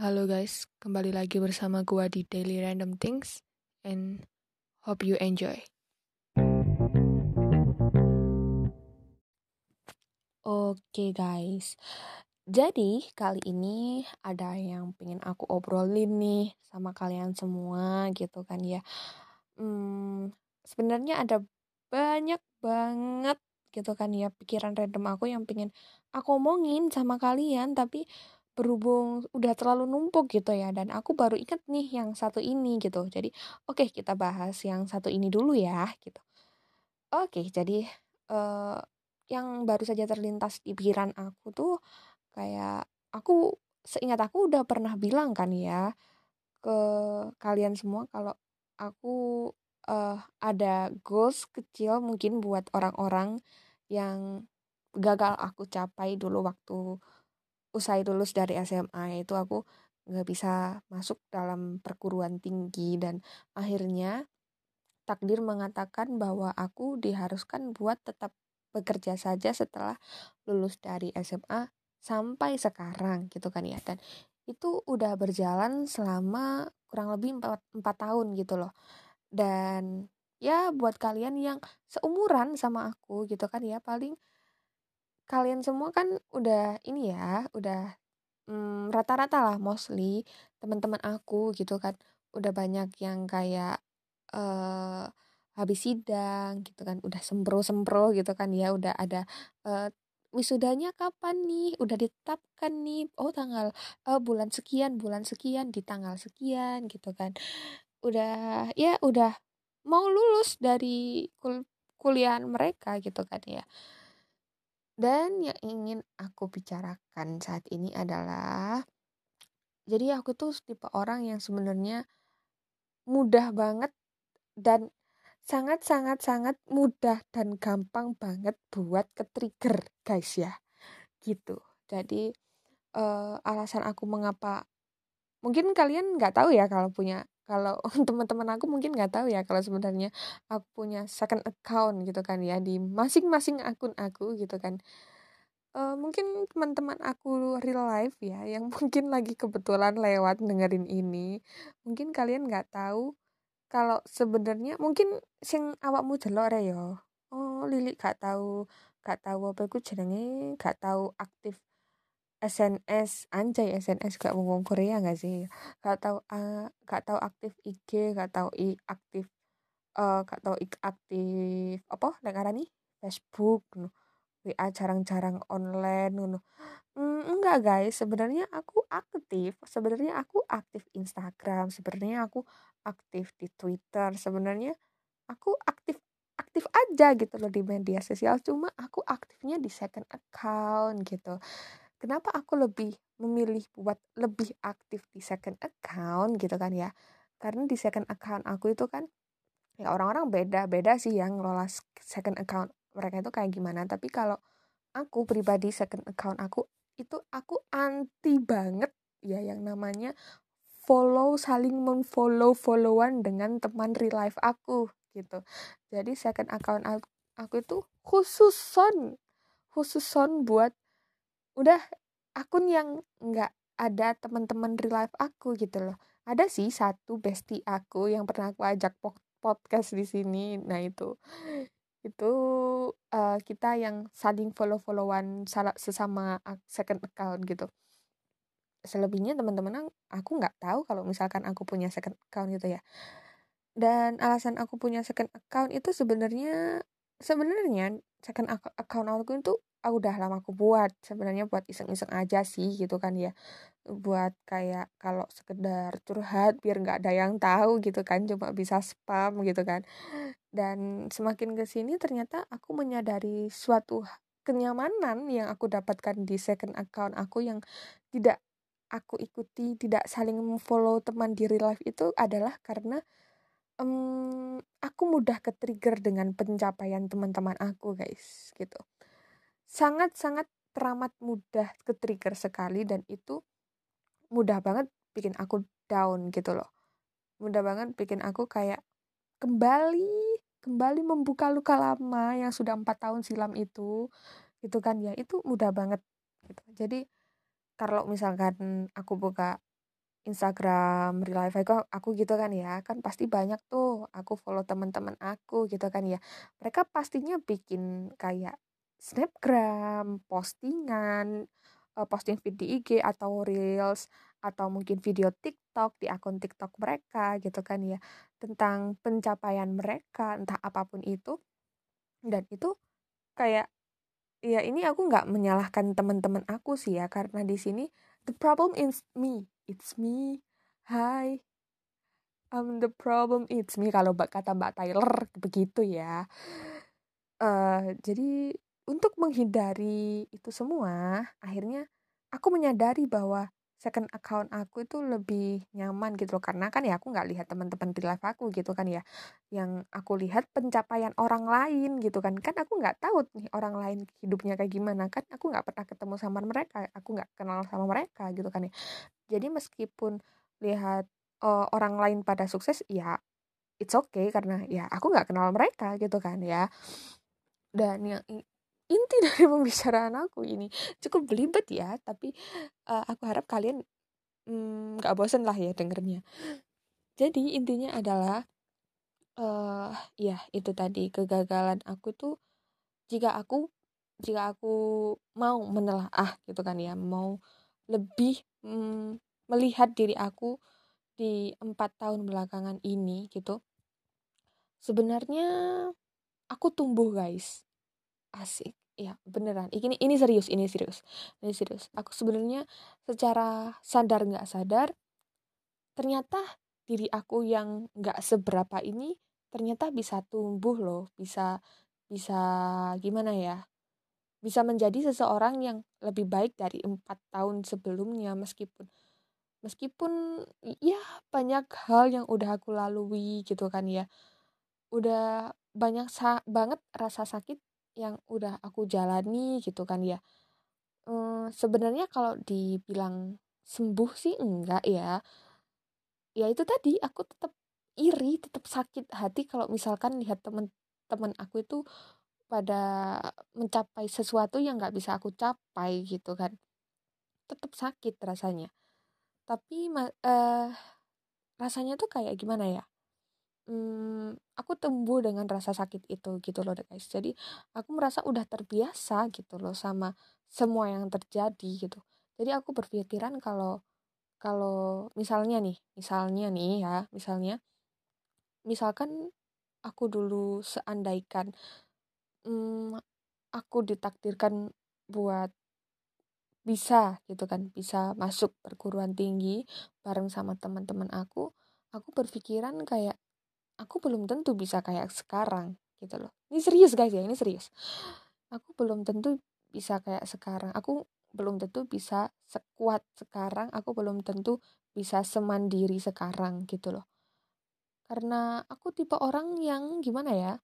Halo guys, kembali lagi bersama gua di Daily Random Things and hope you enjoy. Oke guys, jadi kali ini ada yang pengen aku obrolin nih sama kalian semua gitu kan ya. Sebenarnya ada banyak banget gitu kan ya pikiran random aku yang pengen aku omongin sama kalian, tapi berhubung udah terlalu numpuk gitu ya, dan aku baru inget nih yang satu ini gitu. Jadi oke, kita bahas yang satu ini dulu ya gitu. Oke, jadi eh yang baru saja terlintas di pikiran aku tuh kayak aku seingat aku udah pernah bilang kan ya ke kalian semua kalau aku ada goals kecil mungkin buat orang-orang yang gagal aku capai dulu waktu usai lulus dari SMA, yaitu aku nggak bisa masuk dalam perguruan tinggi dan akhirnya takdir mengatakan bahwa aku diharuskan buat tetap bekerja saja setelah lulus dari SMA sampai sekarang gitu kan ya. Dan itu udah berjalan selama kurang lebih 4 tahun gitu loh. Dan ya buat kalian yang seumuran sama aku gitu kan ya, paling kalian semua kan udah ini ya, udah rata-rata lah mostly teman-teman aku gitu kan udah banyak yang kayak eh habis sidang gitu kan, udah sempro-sempro gitu kan ya, udah ada eh, wisudanya kapan nih, udah ditetapkan nih, oh tanggal bulan sekian di tanggal sekian gitu kan, udah ya udah mau lulus dari kuliahan mereka gitu kan ya. Dan yang ingin aku bicarakan saat ini adalah, jadi aku tuh tipe orang yang sebenarnya mudah banget dan sangat sangat sangat mudah dan gampang banget buat ke-trigger guys ya gitu. Jadi alasan aku mengapa, mungkin kalian nggak tahu ya kalau teman-teman aku mungkin nggak tahu ya kalau sebenarnya aku punya second account gitu kan ya di masing-masing akun aku gitu kan. Mungkin teman-teman aku real life ya yang mungkin lagi kebetulan lewat dengerin ini, mungkin kalian nggak tahu kalau sebenarnya mungkin sing awakmu delok re yo. Oh, Lili gak tahu apa iku jenenge, gak tahu aktif SNS, anjay SNS gak ngomong Korea gak sih? Gak tahu aktif IG, gak tahu aktif apa nek ngarani Facebook ngono. WA jarang-jarang online ngono. Enggak guys, sebenarnya aku aktif Instagram, sebenarnya aku aktif di Twitter, sebenarnya aku aktif aktif aja gitu loh di media sosial, cuma aku aktifnya di second account gitu. Kenapa aku lebih memilih buat lebih aktif di second account gitu kan ya, karena di second account aku itu kan ya orang-orang beda-beda sih yang ngelola second account mereka itu kayak gimana, tapi kalau aku pribadi second account aku itu aku anti banget ya yang namanya saling followan dengan teman real life aku gitu. Jadi second account aku itu khususon buat udah akun yang nggak ada teman-teman real life aku gitu loh. Ada sih satu bestie aku yang pernah aku ajak podcast di sini. Nah itu kita yang saling followan sesama second account gitu. Selebihnya teman-teman aku nggak tahu kalau misalkan aku punya second account gitu ya. Dan alasan aku punya second account itu sebenarnya second account aku itu aku udah lama aku buat sebenarnya buat iseng-iseng aja sih gitu kan ya, buat kayak kalau sekedar curhat biar nggak ada yang tahu gitu kan, cuma bisa spam gitu kan. Dan semakin ke sini ternyata aku menyadari suatu kenyamanan yang aku dapatkan di second account aku yang tidak aku ikuti, tidak saling follow teman di real life, itu adalah karena aku mudah ke-trigger dengan pencapaian teman-teman aku guys gitu. Sangat-sangat teramat mudah ke-trigger sekali, dan itu mudah banget bikin aku down gitu loh. Mudah banget bikin aku kayak kembali membuka luka lama yang sudah 4 tahun silam itu gitu kan ya, itu mudah banget gitu. Jadi kalau misalkan aku buka Instagram real life aku gitu kan ya, kan pasti banyak tuh aku follow teman-teman aku gitu kan ya. Mereka pastinya bikin kayak snapgram, postingan, posting feed di IG atau reels atau mungkin video TikTok di akun TikTok mereka gitu kan ya, tentang pencapaian mereka entah apapun itu. Dan itu kayak, ya ini aku nggak menyalahkan teman-teman aku sih ya, karena di sini the problem is me, it's me. Hi, the problem it's me, kalau kata Mbak Tyler begitu ya. Jadi untuk menghindari itu semua, akhirnya aku menyadari bahwa second account aku itu lebih nyaman gitu loh, karena kan ya aku nggak lihat teman-teman di live aku gitu kan ya, yang aku lihat pencapaian orang lain gitu kan. Kan aku nggak tahu nih orang lain hidupnya kayak gimana, kan aku nggak pernah ketemu sama mereka, aku nggak kenal sama mereka gitu kan ya. Jadi meskipun lihat orang lain pada sukses, ya it's okay karena ya aku nggak kenal mereka gitu kan ya. Dan yang inti dari pembicaraan aku ini cukup belibet ya, tapi aku harap kalian nggak bosan lah ya dengernya. Jadi intinya adalah ya itu tadi, kegagalan aku tuh, jika aku jika aku mau menelaah gitu kan ya, mau lebih melihat diri aku di 4 tahun belakangan ini gitu, sebenarnya aku tumbuh guys. Asik. Ya, beneran. Ini serius, ini serius. Ini serius. Aku sebenarnya secara sadar nggak sadar, ternyata diri aku yang nggak seberapa ini ternyata bisa tumbuh loh, bisa bisa gimana ya? Bisa menjadi seseorang yang lebih baik dari 4 tahun sebelumnya, meskipun meskipun ya banyak hal yang udah aku lalui gitu kan ya. Udah banyak banget rasa sakit yang udah aku jalani gitu kan ya. Sebenarnya kalau dibilang sembuh sih enggak ya. Ya itu tadi, aku tetap iri, tetap sakit hati kalau misalkan lihat temen-temen aku itu pada mencapai sesuatu yang nggak bisa aku capai gitu kan. Tetap sakit rasanya. Tapi rasanya tuh kayak gimana ya? Aku tumbuh dengan rasa sakit itu gitu loh guys. Jadi aku merasa udah terbiasa gitu loh sama semua yang terjadi gitu. Jadi aku berpikiran kalau kalau misalkan aku dulu seandaikan mm, aku ditakdirkan buat bisa gitu kan, bisa masuk perguruan tinggi bareng sama teman-teman aku berpikiran kayak aku belum tentu bisa kayak sekarang gitu loh. Ini serius guys ya, ini serius. Aku belum tentu bisa kayak sekarang. Aku belum tentu bisa sekuat sekarang. Aku belum tentu bisa semandiri sekarang gitu loh. Karena aku tipe orang yang gimana ya?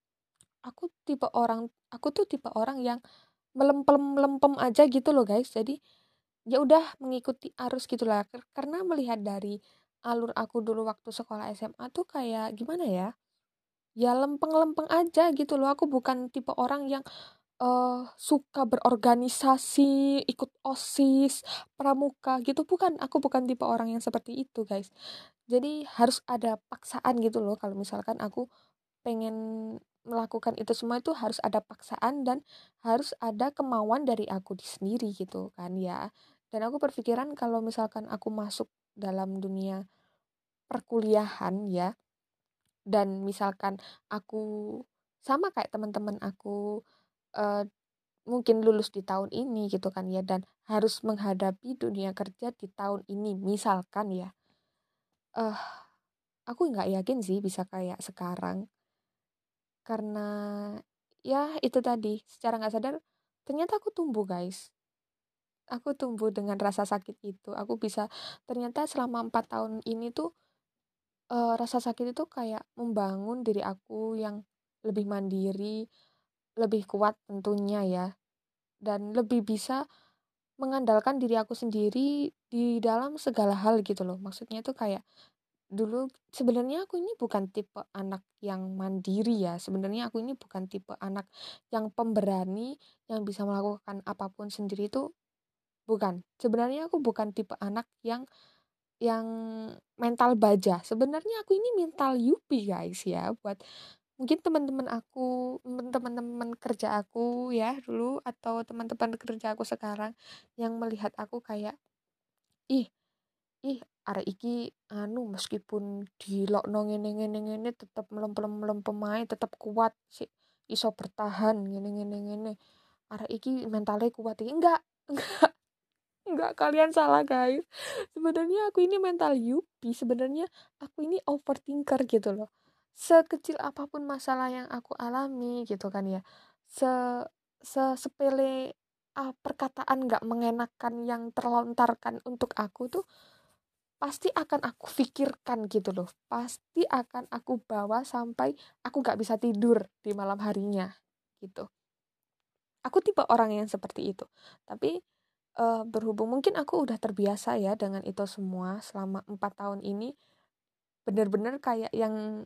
Aku tuh tipe orang yang melempem-melempem aja gitu loh guys. Jadi ya udah mengikuti arus gitulah. Karena melihat dari alur aku dulu waktu sekolah SMA tuh kayak gimana ya? Ya lempeng-lempeng aja gitu loh. Aku bukan tipe orang yang suka berorganisasi, ikut OSIS, pramuka gitu. Bukan, aku bukan tipe orang yang seperti itu guys. Jadi harus ada paksaan gitu loh. Kalau misalkan aku pengen melakukan itu semua, itu harus ada paksaan dan harus ada kemauan dari aku sendiri gitu kan ya. Dan aku berpikiran kalau misalkan aku masuk dalam dunia perkuliahan ya, dan misalkan aku sama kayak teman-teman aku eh, mungkin lulus di tahun ini gitu kan ya, dan harus menghadapi dunia kerja di tahun ini misalkan ya, eh aku nggak yakin sih bisa kayak sekarang, karena ya itu tadi, secara nggak sadar ternyata aku tumbuh guys. Aku tumbuh dengan rasa sakit itu. Aku bisa, ternyata selama 4 tahun ini tuh rasa sakit itu kayak membangun diri aku yang lebih mandiri, lebih kuat tentunya ya, dan lebih bisa mengandalkan diri aku sendiri di dalam segala hal gitu loh. Maksudnya tuh kayak dulu sebenarnya aku ini bukan tipe anak yang mandiri ya. Sebenarnya aku ini bukan tipe anak yang pemberani yang bisa melakukan apapun sendiri, itu bukan. Sebenarnya aku bukan tipe anak yang yang mental baja. Sebenarnya aku ini mental Yupi guys ya, buat mungkin teman-teman aku, teman-teman kerja aku ya dulu, atau teman-teman kerja aku sekarang yang melihat aku kayak, ih ih arek iki anu meskipun dilokno ngene tetep melempem ae, tetep kuat sih, iso bertahan ngene. Arek iki mentalnya kuat iki. Enggak, kalian salah guys. Sebenarnya aku ini mental Yupi, sebenarnya aku ini overthinker gitu loh. Sekecil apapun masalah yang aku alami gitu kan ya. Se sepele perkataan nggak mengenakan yang terlontarkan untuk aku tuh pasti akan aku pikirkan gitu loh. Pasti akan aku bawa sampai aku nggak bisa tidur di malam harinya gitu. Aku tipe orang yang seperti itu. Tapi berhubung mungkin aku udah terbiasa ya dengan itu semua selama 4 tahun ini, bener-bener kayak yang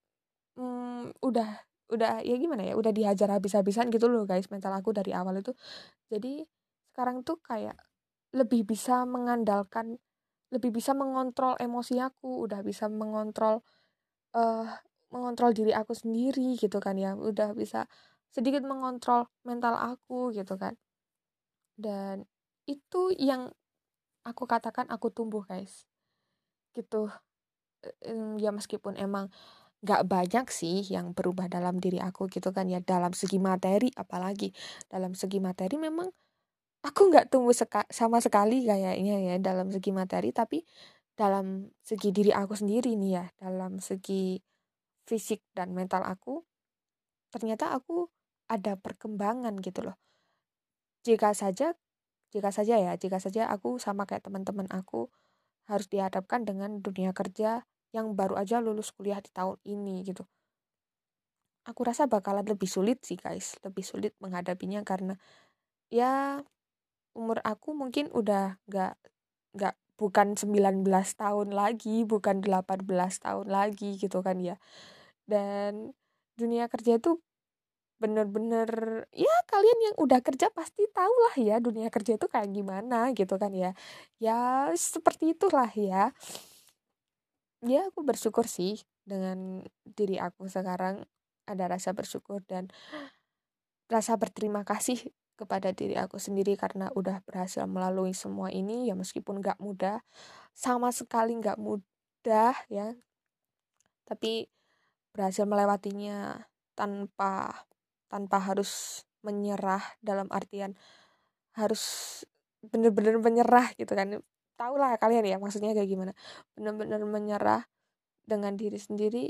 udah ya gimana ya, udah dihajar habis-habisan gitu loh guys mental aku dari awal itu. Jadi sekarang tuh kayak lebih bisa mengandalkan, lebih bisa mengontrol emosi aku, udah bisa eh mengontrol diri aku sendiri gitu kan ya, udah bisa sedikit mengontrol mental aku gitu kan. Dan itu yang aku katakan aku tumbuh guys gitu. Ya meskipun emang gak banyak sih yang berubah dalam diri aku gitu kan ya, dalam segi materi, apalagi dalam segi materi memang aku gak tumbuh sama sekali kayaknya ya dalam segi materi. Tapi dalam segi diri aku sendiri nih ya, dalam segi fisik dan mental aku, ternyata aku ada perkembangan gitu loh. Jika saja jika saja aku sama kayak teman-teman aku harus dihadapkan dengan dunia kerja yang baru aja lulus kuliah di tahun ini gitu. Aku rasa bakalan lebih sulit sih guys, lebih sulit menghadapinya karena ya umur aku mungkin udah nggak bukan 19 tahun lagi, bukan 18 tahun lagi gitu kan ya. Dan dunia kerja itu bener-bener, ya kalian yang udah kerja pasti tahu lah ya dunia kerja itu kayak gimana gitu kan ya. Ya seperti itulah ya. Ya aku bersyukur sih dengan diri aku sekarang, ada rasa bersyukur dan rasa berterima kasih kepada diri aku sendiri karena udah berhasil melalui semua ini ya, meskipun gak mudah, sama sekali gak mudah ya, tapi berhasil melewatinya tanpa tanpa harus menyerah, dalam artian harus bener-bener menyerah gitu kan. Tahu lah kalian ya maksudnya kayak gimana, bener-bener menyerah dengan diri sendiri.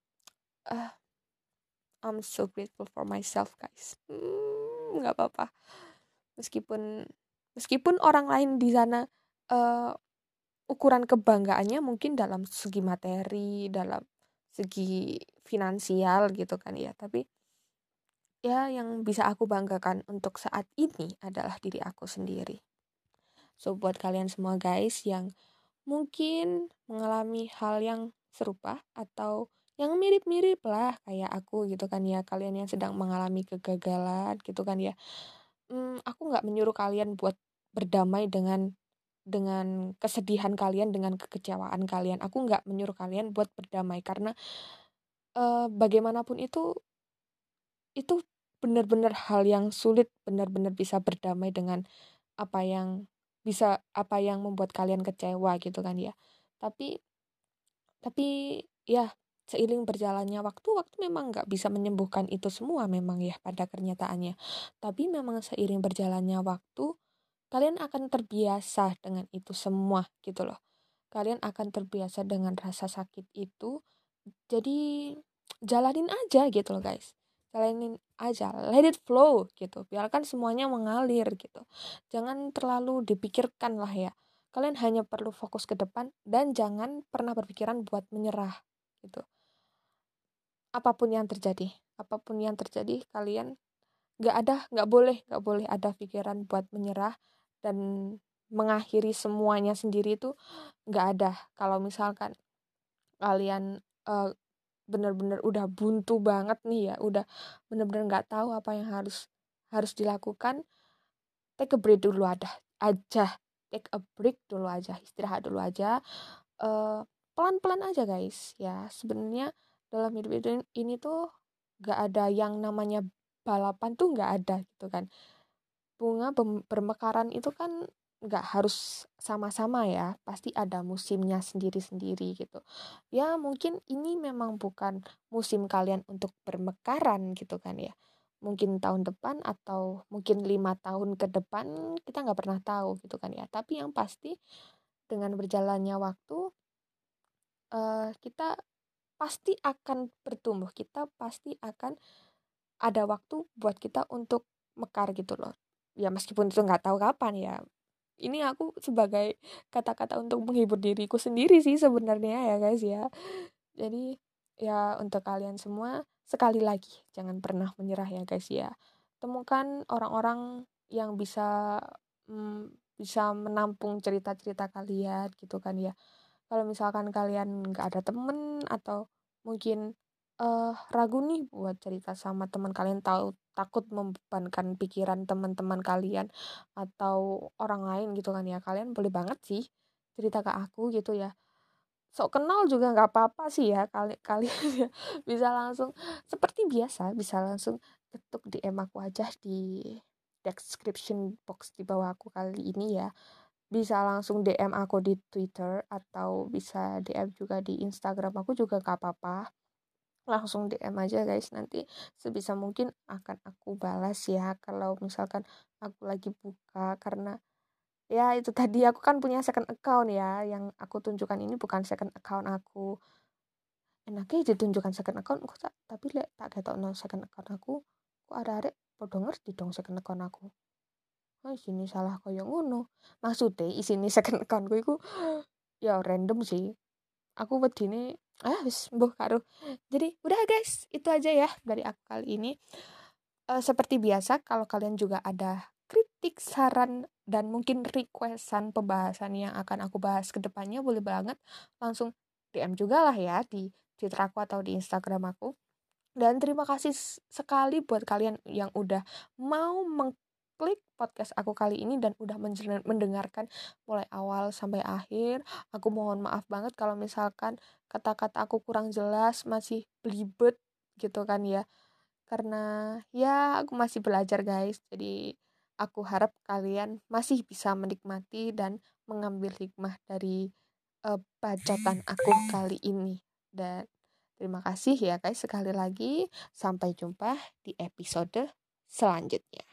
I'm so grateful for myself guys. Nggak apa-apa, meskipun meskipun orang lain di sana uh, ukuran kebanggaannya mungkin dalam segi materi, dalam segi finansial gitu kan ya, tapi ya yang bisa aku banggakan untuk saat ini adalah diri aku sendiri. So buat kalian semua guys yang mungkin mengalami hal yang serupa atau yang mirip-mirip lah kayak aku gitu kan ya, kalian yang sedang mengalami kegagalan gitu kan ya, aku nggak menyuruh kalian buat berdamai dengan kesedihan kalian, dengan kekecewaan kalian. Aku nggak menyuruh kalian buat berdamai karena bagaimanapun itu benar-benar hal yang sulit, benar-benar bisa berdamai dengan apa yang membuat kalian kecewa gitu kan ya. Tapi ya seiring berjalannya waktu memang nggak bisa menyembuhkan itu semua memang ya pada kenyataannya. Tapi memang seiring berjalannya waktu kalian akan terbiasa dengan itu semua gitu loh. Kalian akan terbiasa dengan rasa sakit itu. Jadi jalanin aja gitu loh guys. Jalanin aja, let it flow gitu. Biarkan semuanya mengalir gitu. Jangan terlalu dipikirkan lah ya. Kalian hanya perlu fokus ke depan dan jangan pernah berpikiran buat menyerah gitu. Apapun yang terjadi kalian nggak boleh ada pikiran buat menyerah dan mengakhiri semuanya sendiri itu nggak ada. Kalau misalkan kalian benar-benar udah buntu banget nih ya, udah benar-benar nggak tahu apa yang harus dilakukan, take a break dulu aja take a break dulu aja, istirahat dulu aja. Pelan-pelan aja guys ya. Sebenarnya dalam hidup ini tuh gak ada yang namanya balapan tuh gak ada gitu kan. Bunga bermekaran itu kan gak harus sama-sama ya, pasti ada musimnya sendiri-sendiri gitu. Ya mungkin ini memang bukan musim kalian untuk bermekaran gitu kan ya. Mungkin tahun depan atau mungkin 5 tahun ke depan kita nggak pernah tahu gitu kan ya. Tapi yang pasti dengan berjalannya waktu kita pasti akan bertumbuh, kita pasti akan ada waktu buat kita untuk mekar gitu loh. Ya meskipun itu nggak tahu kapan ya. Ini aku sebagai kata-kata untuk menghibur diriku sendiri sih sebenarnya ya guys ya. Jadi ya untuk kalian semua sekali lagi jangan pernah menyerah ya guys ya. Temukan orang-orang yang bisa menampung cerita-cerita kalian gitu kan ya. Kalau misalkan kalian nggak ada temen atau mungkin ragu nih buat cerita sama teman kalian, tahu takut membebankan pikiran teman-teman kalian atau orang lain gitu kan ya, kalian boleh banget sih cerita ke aku gitu ya. Sok kenal juga nggak apa-apa sih ya, kalian ya bisa langsung seperti biasa, bisa langsung ketuk DM aku aja di description box di bawah aku kali ini ya. Bisa langsung DM aku di Twitter atau bisa DM juga di Instagram aku juga gak apa-apa. Langsung DM aja guys, nanti sebisa mungkin akan aku balas ya kalau misalkan aku lagi buka. Karena ya itu tadi, aku kan punya second account ya, yang aku tunjukkan ini bukan second account aku. Enaknya ditunjukkan second account aku tapi lek tak ketokno second account aku, kok arek-arek podo ngerti dong second account aku. Oh isine salah koyo ngono. Maksudnya isine second accountku iku ya random sih. Aku wedine wis mbuh karo. Jadi udah guys, itu aja ya dari aku kali ini. Seperti biasa, kalau kalian juga ada kritik, saran, dan mungkin requestan pembahasan yang akan aku bahas ke depannya, boleh banget langsung DM juga lah ya di Twitter aku atau di Instagram aku. Dan terima kasih sekali buat kalian yang udah mau mengklik podcast aku kali ini dan udah mendengarkan mulai awal sampai akhir. Aku mohon maaf banget kalau misalkan kata-kata aku kurang jelas, masih belibet gitu kan ya. Karena ya aku masih belajar guys. Jadi aku harap kalian masih bisa menikmati dan mengambil hikmah dari bacotan aku kali ini. Dan terima kasih ya guys sekali lagi. Sampai jumpa di episode selanjutnya.